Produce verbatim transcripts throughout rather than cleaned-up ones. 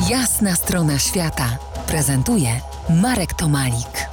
Jasna strona świata prezentuje Marek Tomalik.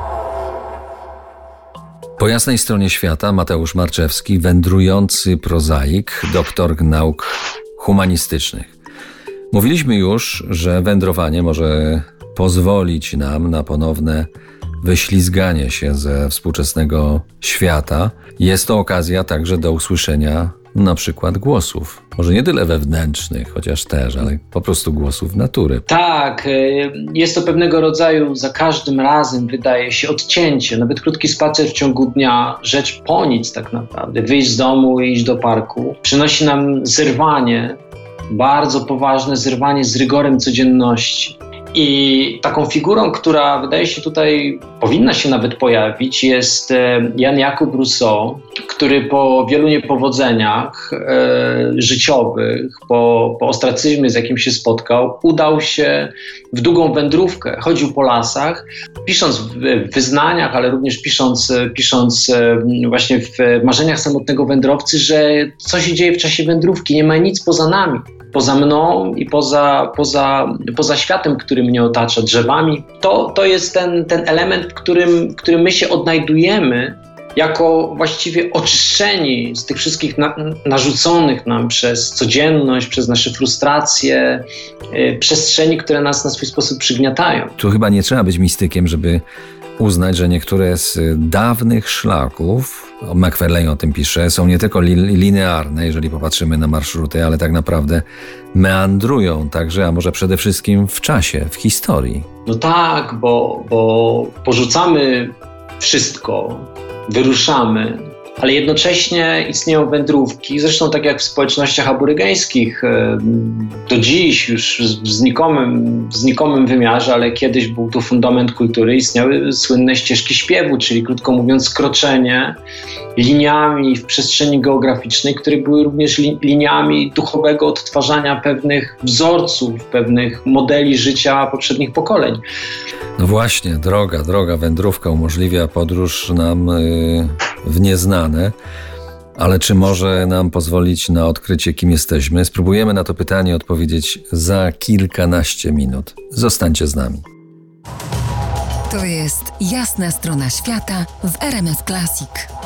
Po jasnej stronie świata Mateusz Marczewski, wędrujący prozaik, doktor nauk humanistycznych. Mówiliśmy już, że wędrowanie może pozwolić nam na ponowne wyślizganie się ze współczesnego świata. Jest to okazja także do usłyszenia na przykład głosów. Może nie tyle wewnętrznych, chociaż też, ale po prostu głosów natury. Tak, jest to pewnego rodzaju, za każdym razem wydaje się odcięcie, nawet krótki spacer w ciągu dnia, rzecz po nic tak naprawdę. Wyjść z domu i iść do parku przynosi nam zerwanie, bardzo poważne zerwanie z rygorem codzienności. I taką figurą, która wydaje się tutaj, powinna się nawet pojawić, jest Jan Jakub Rousseau, który po wielu niepowodzeniach e, życiowych, po, po ostracyzmie, z jakim się spotkał, udał się w długą wędrówkę. Chodził po lasach, pisząc w wyznaniach, ale również pisząc, pisząc właśnie w marzeniach samotnego wędrowcy, że co się dzieje w czasie wędrówki, nie ma nic poza nami. Poza mną i poza, poza, poza światem, który mnie otacza, drzewami. To, to jest ten, ten element, w którym, w którym my się odnajdujemy jako właściwie oczyszczeni z tych wszystkich na, narzuconych nam przez codzienność, przez nasze frustracje, yy, przestrzeni, które nas na swój sposób przygniatają. Tu chyba nie trzeba być mistykiem, żeby uznać, że niektóre z dawnych szlaków, Macfarlane o tym pisze, są nie tylko li- linearne, jeżeli popatrzymy na marszruty, ale tak naprawdę meandrują także, a może przede wszystkim w czasie, w historii. No tak, bo, bo porzucamy wszystko, wyruszamy, ale jednocześnie istnieją wędrówki, zresztą tak jak w społecznościach aborygeńskich, do dziś już w znikomym, w znikomym wymiarze, ale kiedyś był to fundament kultury, istniały słynne ścieżki śpiewu, czyli krótko mówiąc skroczenie liniami w przestrzeni geograficznej, które były również li, liniami duchowego odtwarzania pewnych wzorców, pewnych modeli życia poprzednich pokoleń. No właśnie, droga, droga wędrówka umożliwia podróż nam yy, w nieznane, ale czy może nam pozwolić na odkrycie, kim jesteśmy? Spróbujemy na to pytanie odpowiedzieć za kilkanaście minut. Zostańcie z nami. To jest Jasna strona świata w R M F Classic.